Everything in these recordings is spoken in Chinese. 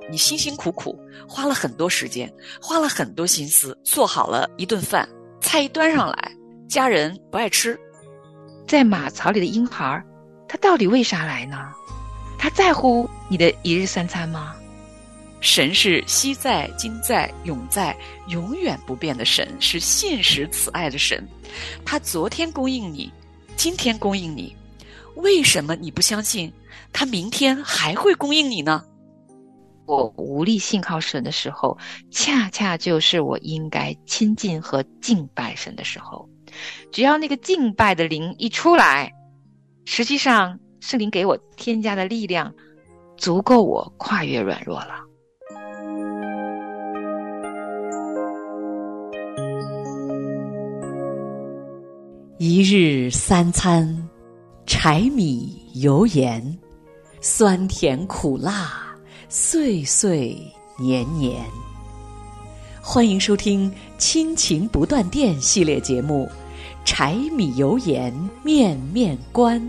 你辛辛苦苦花了很多时间，花了很多心思，做好了一顿饭，菜一端上来，家人不爱吃。 在马槽里的婴孩，他到底为啥来呢？他在乎你的一日三餐吗？ 神是昔在、今在、永在、永远不变的神，是信实慈爱的神。他昨天供应你，今天供应你，为什么你不相信他明天还会供应你呢？ 我无力信靠神的时候，恰恰就是我应该亲近和敬拜神的时候。只要那个敬拜的灵一出来，实际上圣灵给我添加的力量足够我跨越软弱了。 一日三餐，柴米油盐，酸甜苦辣，岁岁年年。欢迎收听亲情不断电系列节目《柴米油盐面面观》。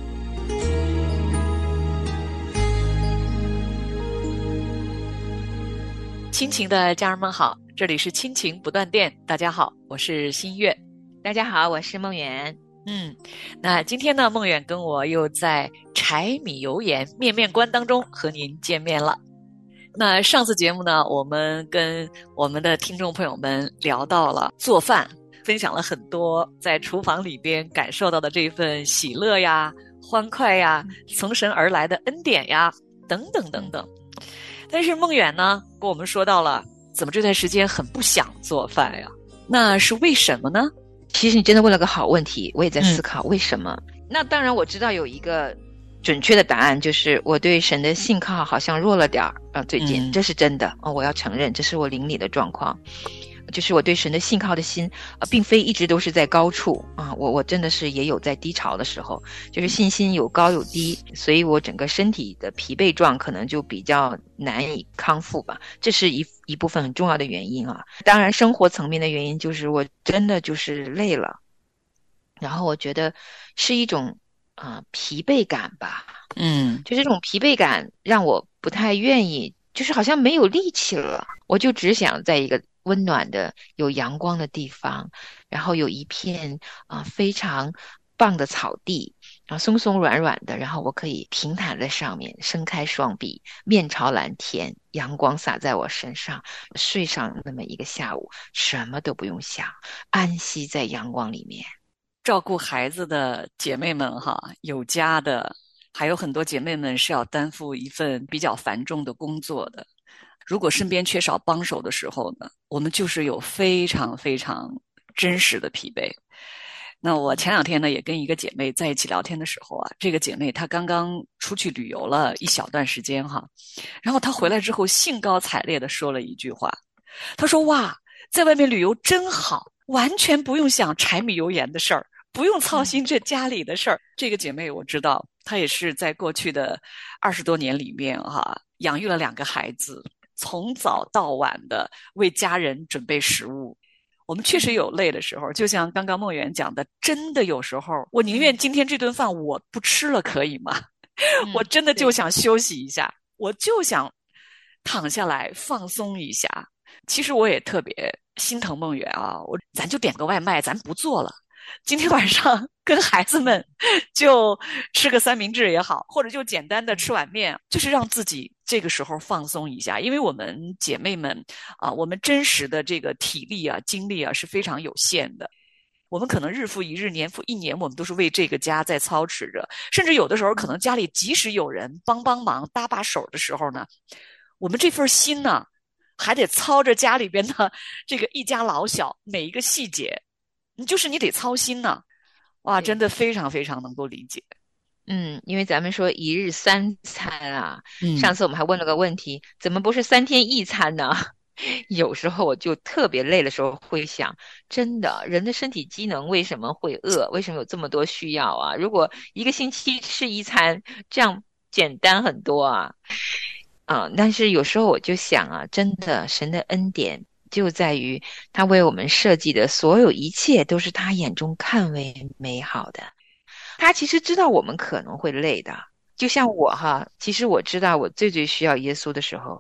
亲情的家人们好，这里是亲情不断电，大家好，我是新月。 大家好，我是梦圆。 那今天呢，梦远跟我又在柴米油盐面面观当中和您见面了。那上次节目呢，我们跟我们的听众朋友们聊到了做饭，分享了很多在厨房里边感受到的这份喜乐呀、欢快呀、从神而来的恩典呀，等等等等。但是梦远呢，跟我们说到了，怎么这段时间很不想做饭呀？那是为什么呢？ 其实你真的问了个好问题，我也在思考为什么。那当然我知道有一个准确的答案，就是我对神的信靠好像弱了点儿最近这是真的我要承认，这是我灵里的状况，就是我对神的信靠的心并非一直都是在高处我真的是也有在低潮的时候，就是信心有高有低，所以我整个身体的疲惫状可能就比较难以康复吧，这是一部分很重要的原因当然生活层面的原因就是我真的就是累了，然后我觉得是一种疲惫感吧，就这种疲惫感让我不太愿意，就是好像没有力气了，我就只想在一个温暖的有阳光的地方，然后有一片非常棒的草地，然后松松软软的，然后我可以平躺在上面，伸开双臂，面朝蓝天，阳光洒在我身上，睡上那么一个下午，什么都不用想，安息在阳光里面。 照顾孩子的姐妹们有家的，还有很多姐妹们是要担负一份比较繁重的工作的。如果身边缺少帮手的时候呢，我们就是有非常非常真实的疲惫。那我前两天呢，也跟一个姐妹在一起聊天的时候这个姐妹她刚刚出去旅游了一小段时间然后她回来之后兴高采烈地说了一句话，她说哇，在外面旅游真好，完全不用想柴米油盐的事儿，不用操心这家里的事儿。这个姐妹我知道，她也是在过去的20多年里面养育了2个孩子，从早到晚的为家人准备食物。我们确实有累的时候，就像刚刚梦圆讲的，真的有时候我宁愿今天这顿饭我不吃了，可以吗？我真的就想休息一下，我就想躺下来放松一下。其实我也特别心疼梦圆咱就点个外卖，咱不做了。今天晚上跟孩子们就吃个三明治也好，或者就简单的吃碗面，就是让自己这个时候放松一下。因为我们姐妹们我们真实的这个体力精力是非常有限的。我们可能日复一日，年复一年，我们都是为这个家在操持着，甚至有的时候可能家里即使有人帮忙搭把手的时候呢，我们这份心呢还得操着家里边的这个一家老小每一个细节，就是你得操心呢哇，真的非常非常能够理解。 因为咱们说一日三餐上次我们还问了个问题，怎么不是3天1餐呢？有时候我就特别累的时候会想，真的人的身体机能为什么会饿，为什么有这么多需要如果一个星期吃1餐，这样简单很多但是有时候我就想真的神的恩典就在于他为我们设计的所有一切都是他眼中看为美好的。他其实知道我们可能会累的，就像我其实我知道我最最需要耶稣的时候，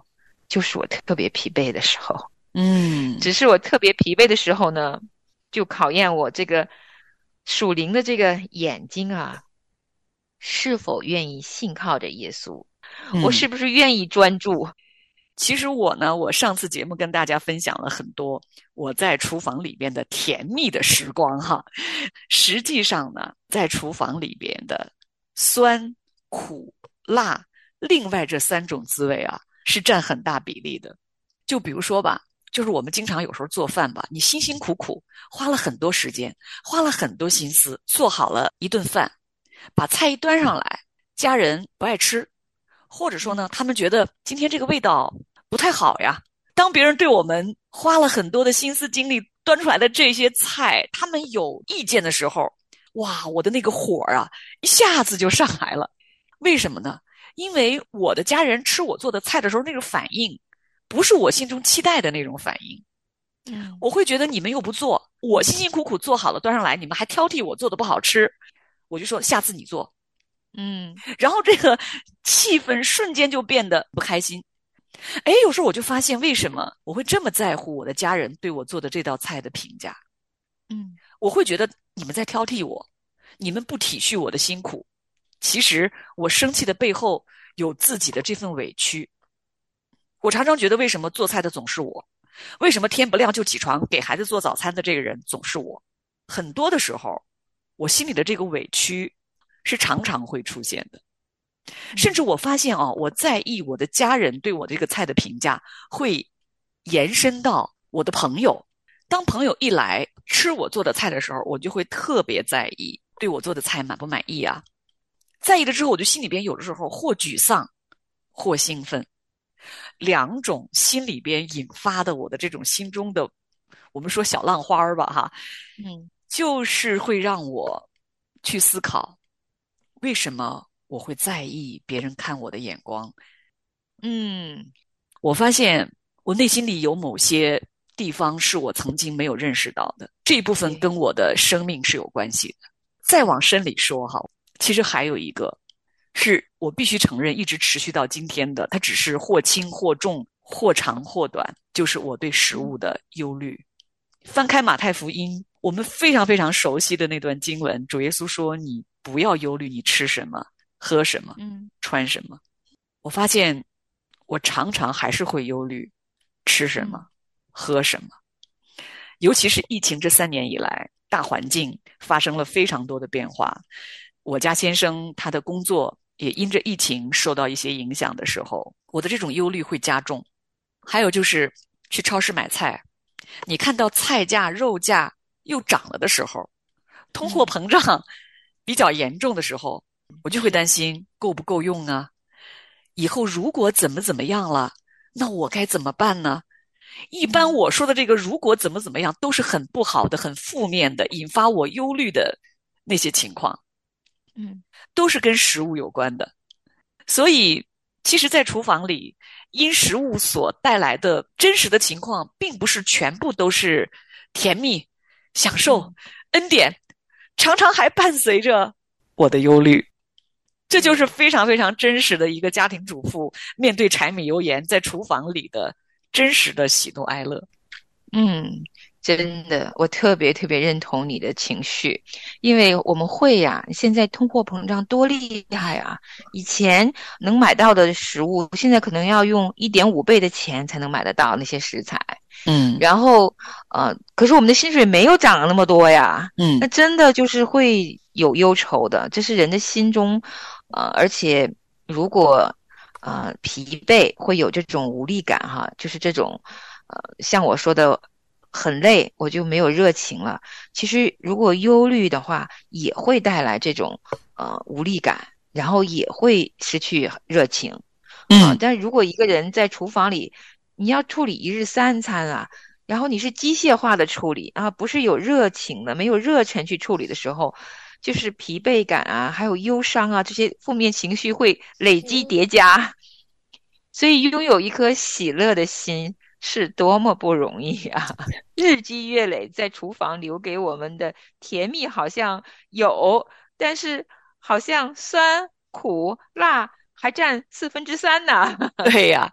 就是我特别疲惫的时候。 嗯， 只是我特别疲惫的时候呢，就考验我这个属灵的这个眼睛啊，是否愿意信靠着耶稣，我嗯。 是不是愿意专注？ 其实我呢，我上次节目跟大家分享了很多我在厨房里边的甜蜜的时光哈。实际上呢，在厨房里边的酸、苦、辣，另外这三种滋味啊，是占很大比例的。就比如说吧，就是我们经常有时候做饭吧，你辛辛苦苦花了很多时间，花了很多心思，做好了一顿饭，把菜一端上来，家人不爱吃，或者说呢，他们觉得今天这个味道不太好呀。当别人对我们花了很多的心思精力端出来的这些菜，他们有意见的时候，哇，我的那个火啊，一下子就上来了。为什么呢？因为我的家人吃我做的菜的时候，那个反应不是我心中期待的那种反应。 嗯我会觉得你们又不做，我辛辛苦苦做好了端上来，你们还挑剔我做的不好吃，我就说下次你做。 嗯然后这个气氛瞬间就变得不开心。哎，有时候我就发现，为什么我会这么在乎我的家人对我做的这道菜的评价？ 嗯我会觉得你们在挑剔我，你们不体恤我的辛苦。其实我生气的背后有自己的这份委屈。我常常觉得，为什么做菜的总是我？为什么天不亮就起床给孩子做早餐的这个人总是我？很多的时候，我心里的这个委屈是常常会出现的。甚至我发现啊，我在意我的家人对我这个菜的评价，会延伸到我的朋友。当朋友一来吃我做的菜的时候，我就会特别在意对我做的菜满不满意啊。在意了之后，我就心里边有的时候或沮丧，或兴奋，两种心里边引发的我的这种心中的，我们说小浪花儿吧，哈， 嗯就是会让我去思考，为什么我会在意别人看我的眼光。 嗯我发现我内心里有某些地方是我曾经没有认识到的，这一部分对， 跟我的生命是有关系的。再往深里说哈，其实还有一个是我必须承认一直持续到今天的，它只是或轻或重，或长或短，就是我对食物的忧虑。翻开马太福音，我们非常非常熟悉的那段经文，主耶稣说：“你不要忧虑，你吃什么，喝什么， 嗯穿什么。”我发现我常常还是会忧虑吃什么， 嗯喝什么。尤其是疫情这3年以来，大环境发生了非常多的变化。我家先生他的工作也因着疫情受到一些影响的时候，我的这种忧虑会加重。还有就是去超市买菜，你看到菜价、肉价又涨了的时候，通货嗯膨胀比较严重的时候，我就会担心够不够用啊？以后如果怎么怎么样了，那我该怎么办呢？一般嗯我说的这个如果怎么怎么样，都是很不好的、很负面的，引发我忧虑的那些情况， 嗯都是跟食物有关的。所以，其实，在厨房里，因食物所带来的真实的情况，并不是全部都是甜蜜、享受、 嗯， 恩典，常常还伴随着我的忧虑。这就是对。 非常非常真实的一个家庭主妇面对柴米油盐在厨房里的真实的喜怒哀乐。 嗯，真的，我特别特别认同你的情绪，因为我们会呀，现在通货膨胀多厉害啊！以前能买到的食物，现在可能要用1.5倍的钱才能买得到那些食材。 嗯然后，可是我们的薪水没有涨那么多呀，那嗯真的就是会有忧愁的，这是人的心中，而且如果疲惫会有这种无力感哈，就是这种，像我说的很累，我就没有热情了。其实如果忧虑的话，也会带来这种无力感，然后也会失去热情。 嗯但如果一个人在厨房里，你要处理1日3餐啊，然后你是机械化的处理啊，不是有热情的，没有热忱去处理的时候，就是疲惫感啊，还有忧伤啊，这些负面情绪会累积叠加。所以拥有一颗喜乐的心是多么不容易啊！日积月累，在厨房留给我们的甜蜜好像有，但是好像酸、苦、辣还占3/4呢。 对呀，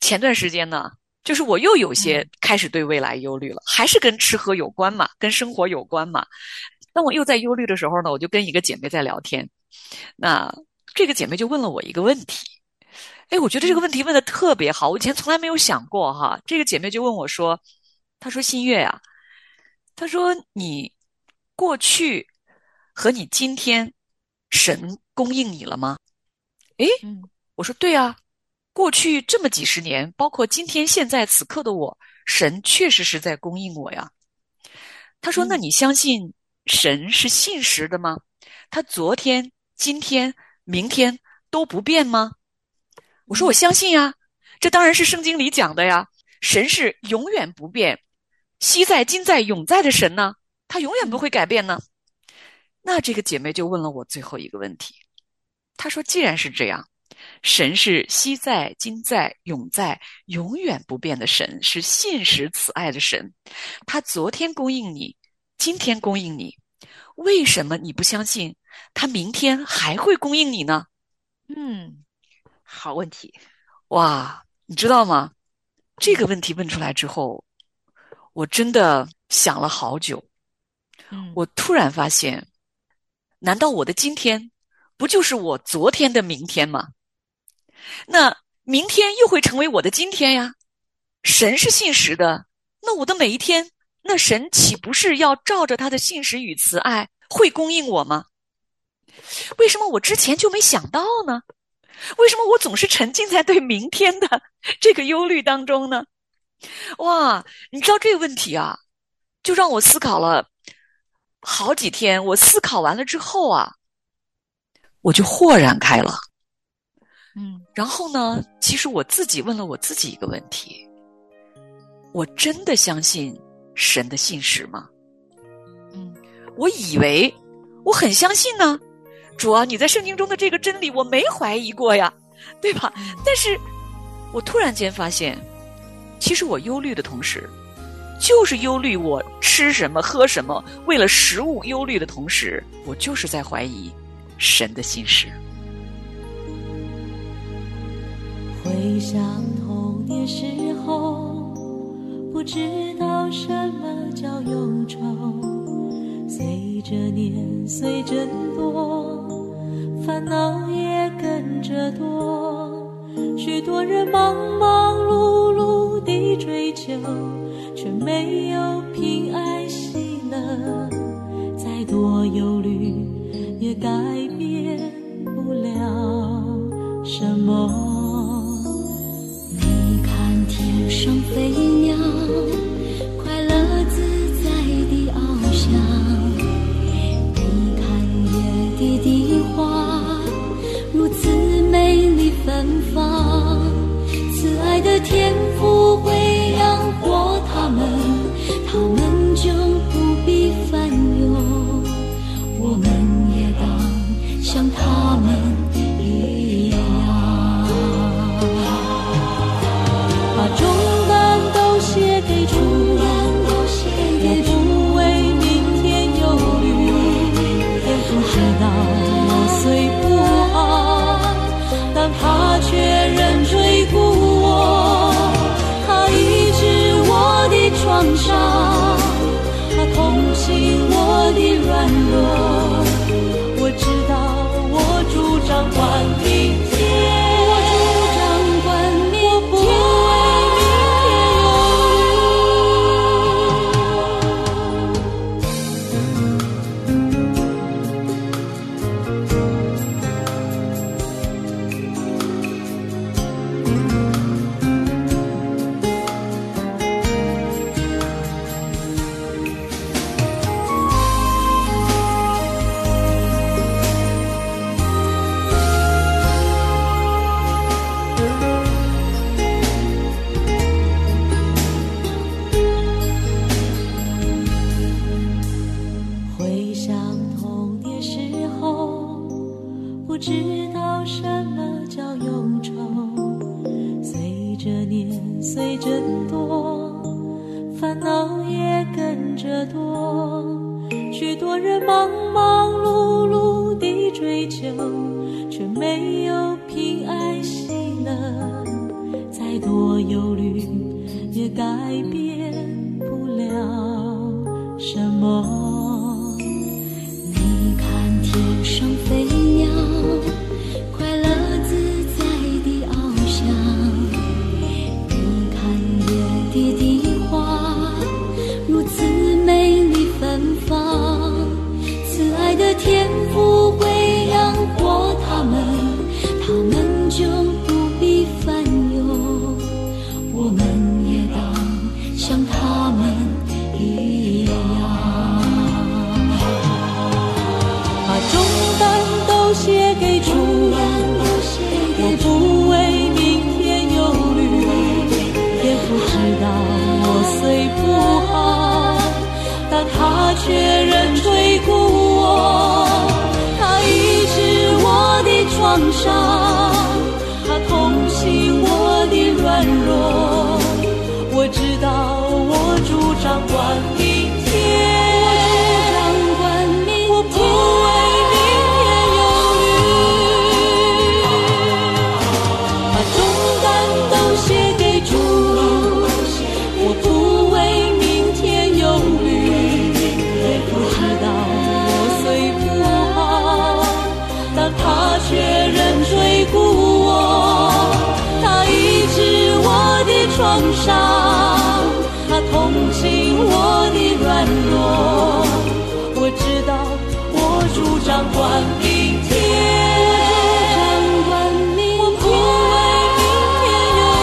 前段时间呢，就是我又有些开始对未来忧虑了，还是跟吃喝有关嘛，跟生活有关嘛。当我又在忧虑的时候呢，我就跟一个姐妹在聊天，那这个姐妹就问了我一个问题，哎，我觉得这个问题问得特别好，我以前从来没有想过哈。这个姐妹就问我说，她说新月啊，她说你过去和你今天神供应你了吗？诶，我说对啊，过去这么几十年，包括今天现在此刻的我，神确实是在供应我呀。她说那你相信神是信实的吗？他昨天、今天、明天都不变吗？我说我相信呀，这当然是圣经里讲的呀。神是永远不变，昔在、今在、永在的神呢，他永远不会改变呢。那这个姐妹就问了我最后一个问题，她说既然是这样，神是昔在、今在、永在、永远不变的神，是信实慈爱的神，他昨天供应你，今天供应你，为什么你不相信他明天还会供应你呢？ 好问题。 哇，你知道吗？这个问题问出来之后，我真的想了好久。我突然发现，难道我的今天不就是我昨天的明天吗？那明天又会成为我的今天呀。神是信实的，那我的每一天，那神岂不是要照着他的信实与慈爱会供应我吗？为什么我之前就没想到呢？为什么我总是沉浸在对明天的这个忧虑当中呢？哇，你知道这个问题啊，就让我思考了好几天。我思考完了之后啊，我就豁然开朗。然后呢，其实我自己问了我自己一个问题：我真的相信神的信实吗？我以为我很相信呢。主啊，你在圣经中的这个真理我没怀疑过呀，对吧？但是我突然间发现，其实我忧虑的同时，就是忧虑我吃什么喝什么，为了食物忧虑的同时，我就是在怀疑神的信实。 回想童年时候，不知道什么叫忧愁，随着年岁增多，烦恼也跟着多，许多人忙忙碌碌地追求，却没有平安喜乐，再多忧虑也改变不了什么。你看天上飞鸟，快乐自在地翱翔，你看野地的花如此美丽芬芳，慈爱的天父会养活他们，他们就不必烦忧，我们也当像他们一样，把重担都卸给主，也不为明天忧虑，天父知道我虽不好，但他却仍追顾我，他医治我的创伤，他同情我的软弱，我知道我主掌管明天，我主掌管明天，我不为明天回想童年时候，不知道什么叫忧愁，随着年岁增多，烦恼也跟着多，许多人忙忙碌碌地追求，却没有平安喜乐，再再多忧虑也改变不了什么。你看天上飞鸟，快乐自在地翱翔，你看野地的花如此美丽芬芳，慈爱的天父会养活他们，他们就不必烦忧，我们也当像他们一样，把重担都卸给主，我不为明天忧虑，天父知道我虽不好，但他却仍垂顾我，他医治我的创伤，他同情我的软弱，我知道我主掌管明天，我不为明天忧虑，把重担都卸给主，我不为明天忧虑，天父知道我虽不好，但他却仍追顾我，他医治我的创伤，他同情我的软弱，我知道我主掌管明天，我不为明天忧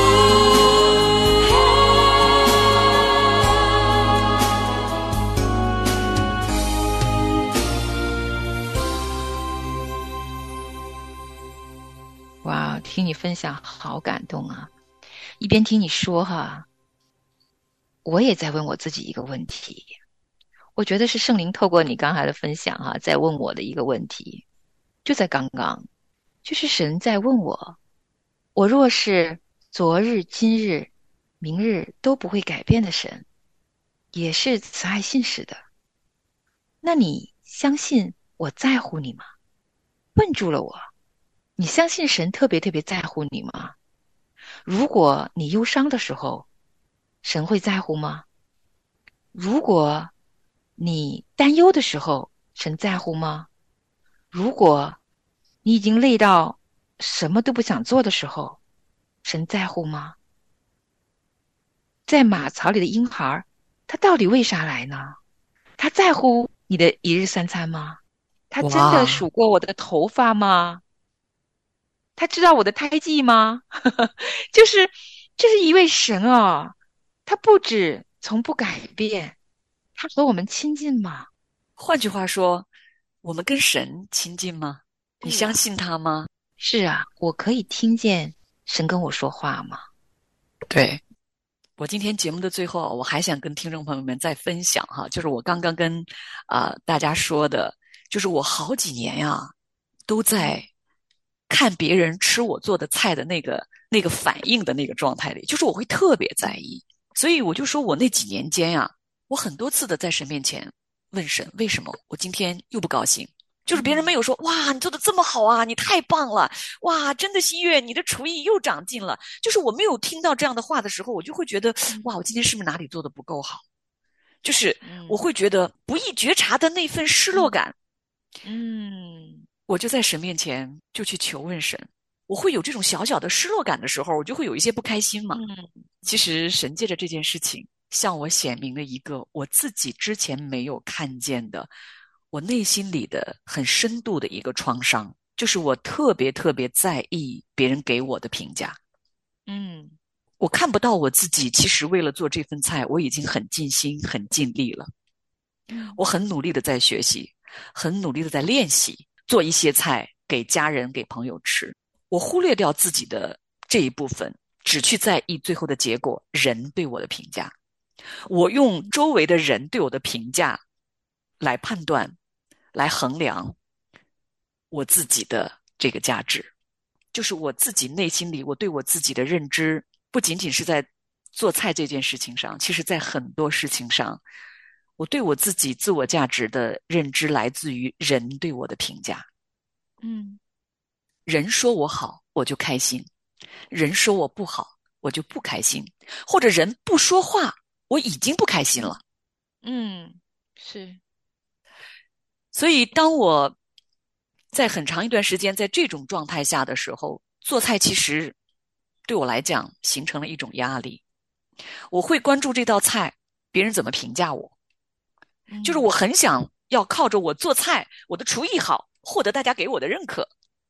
虑。 哇，听你分享好感动啊！一边听你说哈，我也在问我自己一个问题。我觉得是圣灵透过你刚才的分享哈，在问我的一个问题，就在刚刚，就是神在问我，我若是昨日、今日、明日都不会改变的神，也是慈爱信实的，那你相信我在乎你吗？问住了我，你相信神特别特别在乎你吗？如果你忧伤的时候，神会在乎吗？如果你担忧的时候，神在乎吗？如果你已经累到什么都不想做的时候，神在乎吗？在马槽里的婴孩，他到底为啥来呢？他在乎你的一日三餐吗？他真的数过我的头发吗？他知道我的胎记吗？就是一位神啊，他不止从不改变，他和我们亲近吗？ 换句话说，我们跟神亲近吗？你相信他吗？ 是啊，我可以听见神跟我说话吗？ 对。我今天节目的最后，我还想跟听众朋友们再分享哈，就是我刚刚跟大家说的，就是我好几年呀都在看别人吃我做的菜的那个反应的那个状态里，就是我会特别在意，所以我就说我那几年间呀，我很多次的在神面前问神，为什么我今天又不高兴？就是别人没有说哇你做的这么好啊，你太棒了，哇真的新月你的厨艺又长进了，就是我没有听到这样的话的时候，我就会觉得哇我今天是不是哪里做的不够好，就是我会觉得不易觉察的那份失落感，我就在神面前就去求问神，我会有这种小小的失落感的时候，我就会有一些不开心嘛。其实神借着这件事情向我显明了一个我自己之前没有看见的我内心里的很深度的一个创伤，就是我特别特别在意别人给我的评价。我看不到我自己其实为了做这份菜我已经很尽心很尽力了，我很努力的在学习，很努力的在练习做一些菜给家人给朋友吃，我忽略掉自己的这一部分，只去在意最后的结果，人对我的评价，我用周围的人对我的评价来判断来衡量我自己的这个价值，就是我自己内心里我对我自己的认知不仅仅是在做菜这件事情上，其实在很多事情上我对我自己自我价值的认知来自于人对我的评价。人说我好我就开心，人说我不好我就不开心，或者人不说话，我已经不开心了。 是。 所以当我在很长一段时间在这种状态下的时候，做菜其实对我来讲形成了一种压力。我会关注这道菜别人怎么评价我，就是我很想要靠着我做菜，我的厨艺好，获得大家给我的认可。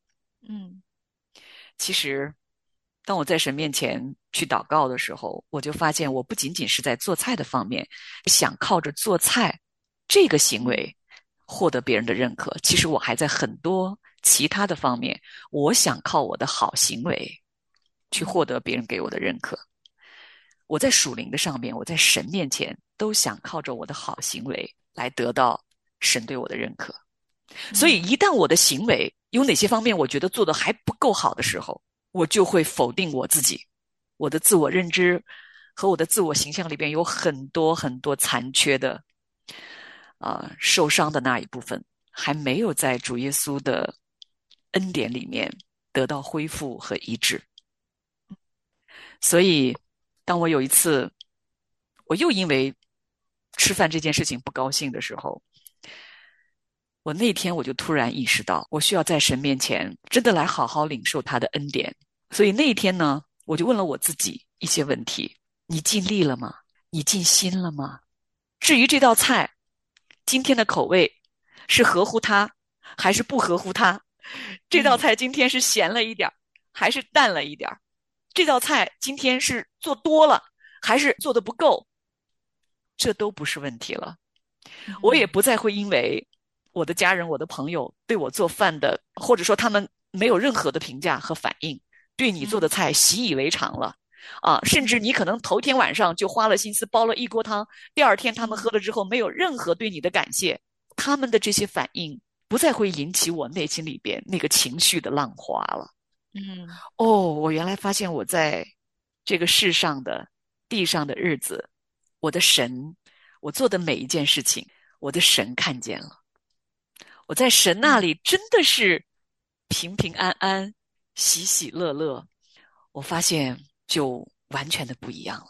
其实当我在神面前去祷告的时候，我就发现我不仅仅是在做菜的方面想靠着做菜这个行为获得别人的认可，其实我还在很多其他的方面，我想靠我的好行为去获得别人给我的认可。我在属灵的上面，我在神面前都想靠着我的好行为来得到神对我的认可。所以一旦我的行为有哪些方面我觉得做得还不够好的时候，我就会否定我自己。我的自我认知和我的自我形象里边有很多很多残缺的受伤的那一部分，还没有在主耶稣的恩典里面得到恢复和医治。所以当我有一次我又因为吃饭这件事情不高兴的时候，我那天我就突然意识到，我需要在神面前真的来好好领受他的恩典。所以那一天呢，我就问了我自己一些问题：你尽力了吗？你尽心了吗？至于这道菜今天的口味是合乎它还是不合乎它，这道菜今天是咸了一点还是淡了一点，这道菜今天是做多了还是做得不够，这都不是问题了。我也不再会因为我的家人我的朋友对我做饭的，或者说他们没有任何的评价和反应，对你做的菜习以为常了甚至你可能头天晚上就花了心思煲了一锅汤，第二天他们喝了之后没有任何对你的感谢，他们的这些反应不再会引起我内心里边那个情绪的浪花了。我原来发现我在这个世上的地上的日子，我的神，我做的每一件事情，我的神看见了。我在神那里真的是平平安安，喜喜乐乐，我发现就完全的不一样了。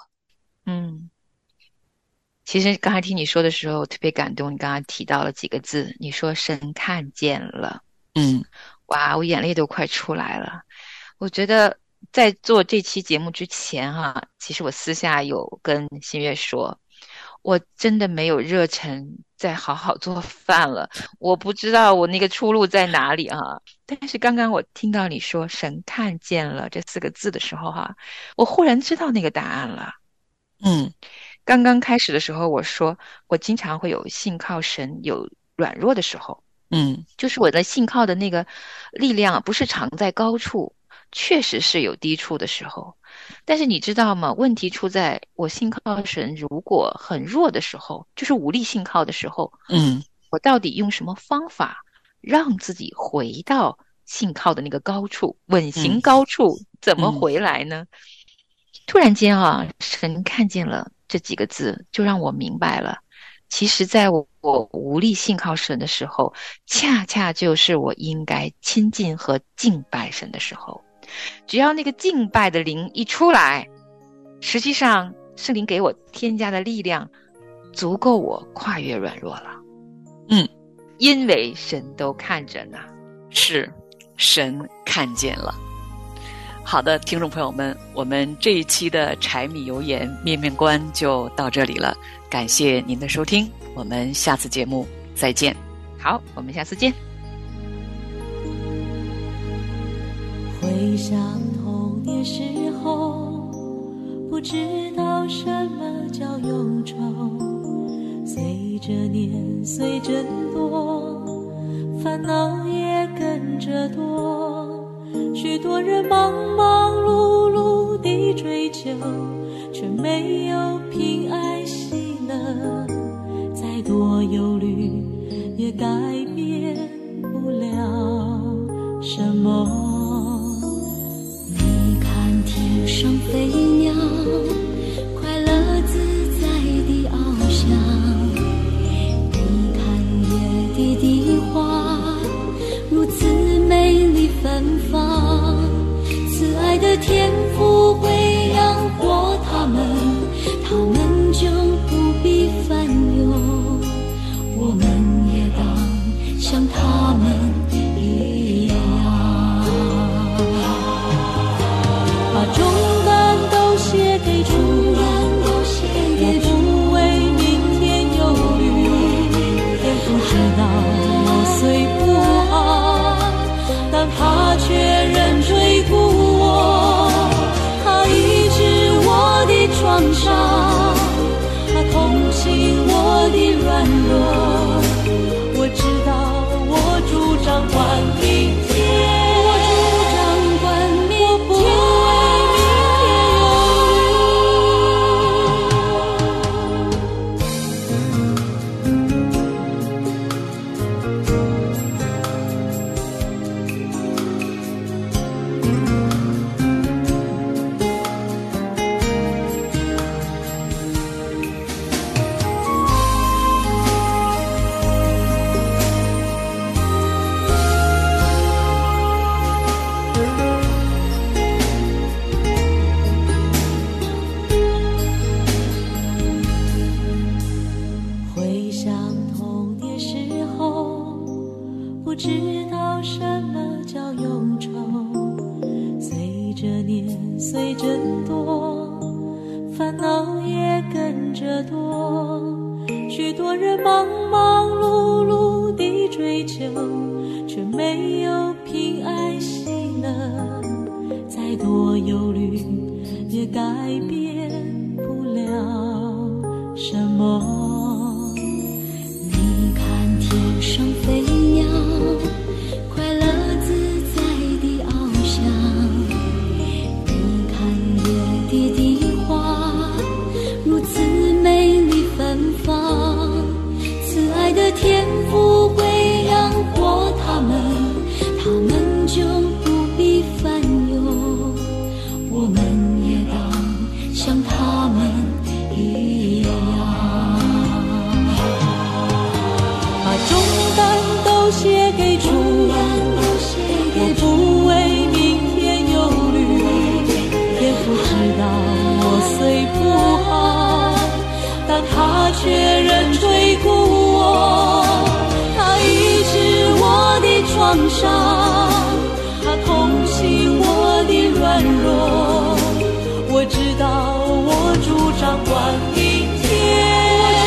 其实刚才听你说的时候特别感动，你刚刚提到了几个字，你说神看见了。哇，我眼泪都快出来了。我觉得在做这期节目之前其实我私下有跟新月说，我真的没有热忱再好好做饭了，我不知道我那个出路在哪里但是刚刚我听到你说神看见了这4个字的时候我忽然知道那个答案了。刚刚开始的时候我说我经常会有信靠神有软弱的时候，就是我的信靠的那个力量不是常在高处，确实是有低处的时候。但是你知道吗？问题出在我信靠神如果很弱的时候，就是无力信靠的时候，我到底用什么方法让自己回到信靠的那个高处，稳行高处，怎么回来呢？突然间神看见了这几个字，就让我明白了，其实在我无力信靠神的时候，恰恰就是我应该亲近和敬拜神的时候。只要那个敬拜的灵一出来，实际上圣灵给我添加的力量足够我跨越软弱了。因为神都看着呢。 是，神看见了。好的，听众朋友们，我们这一期的柴米油盐面面观就到这里了，感谢您的收听，我们下次节目再见。 好，我们下次见。 回想童年时候，不知道什么叫忧愁，随着年岁增多，烦恼也跟着多，许多人忙忙碌碌地追求，却没有平安喜乐，再多忧虑也改变不了什么。你看天上飞鸟，快乐自在地翱翔，你看野地的花如此美丽芬芳，慈爱的天父会让他们就不必烦忧，我们也当像他们一样，把重担都卸给主，也不为明天忧虑，也不知道我虽不好，但他却仍追顾我，他医治我的创伤，他同情我的软弱，我知道我主掌管明天，我主掌管明天，我不为明天会相同的时候，不知道什么叫忧愁，随着年随着多，烦恼也跟着多，许多人忙忙碌碌地追求，却没有平安喜乐，再多忧虑也改变不了什么。你看天上飞鸟，快乐自在地翱翔，你看野地的花，如此美丽芬芳，慈爱的天父会养活他们，他们就不必烦忧，我们也当像他们一样，把重担都卸给主，我不为明天忧虑，也不知道我虽不好，但他却仍追顾我，他医治我的创伤，他同情我的软弱，我知道我主掌管明天，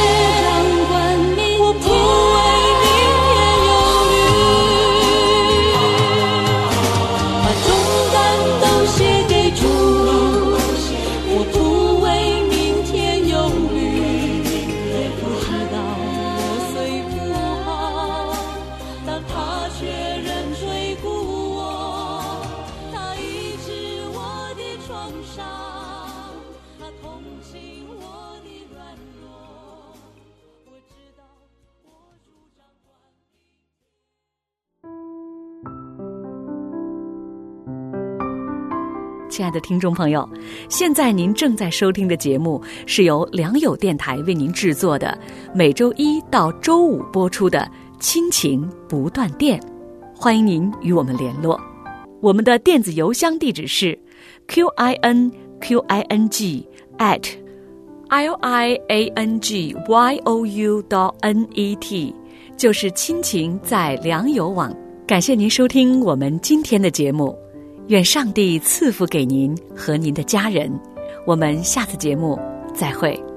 我不为明天忧虑，把重担都卸给主，我不为明天忧虑，也不知道我虽不好，但他却仍追顾我，他医治我的创伤，他同情我的软弱，我知道我主掌管。 亲爱的听众朋友，现在您正在收听的节目是由良友电台为您制作的，每周一到周五播出的亲情不断电，欢迎您与我们联络。我们的电子邮箱地址是 QINQING@liangyou.net， 就是亲情在良友网。感谢您收听我们今天的节目，愿上帝赐福给您和您的家人，我们下次节目再会。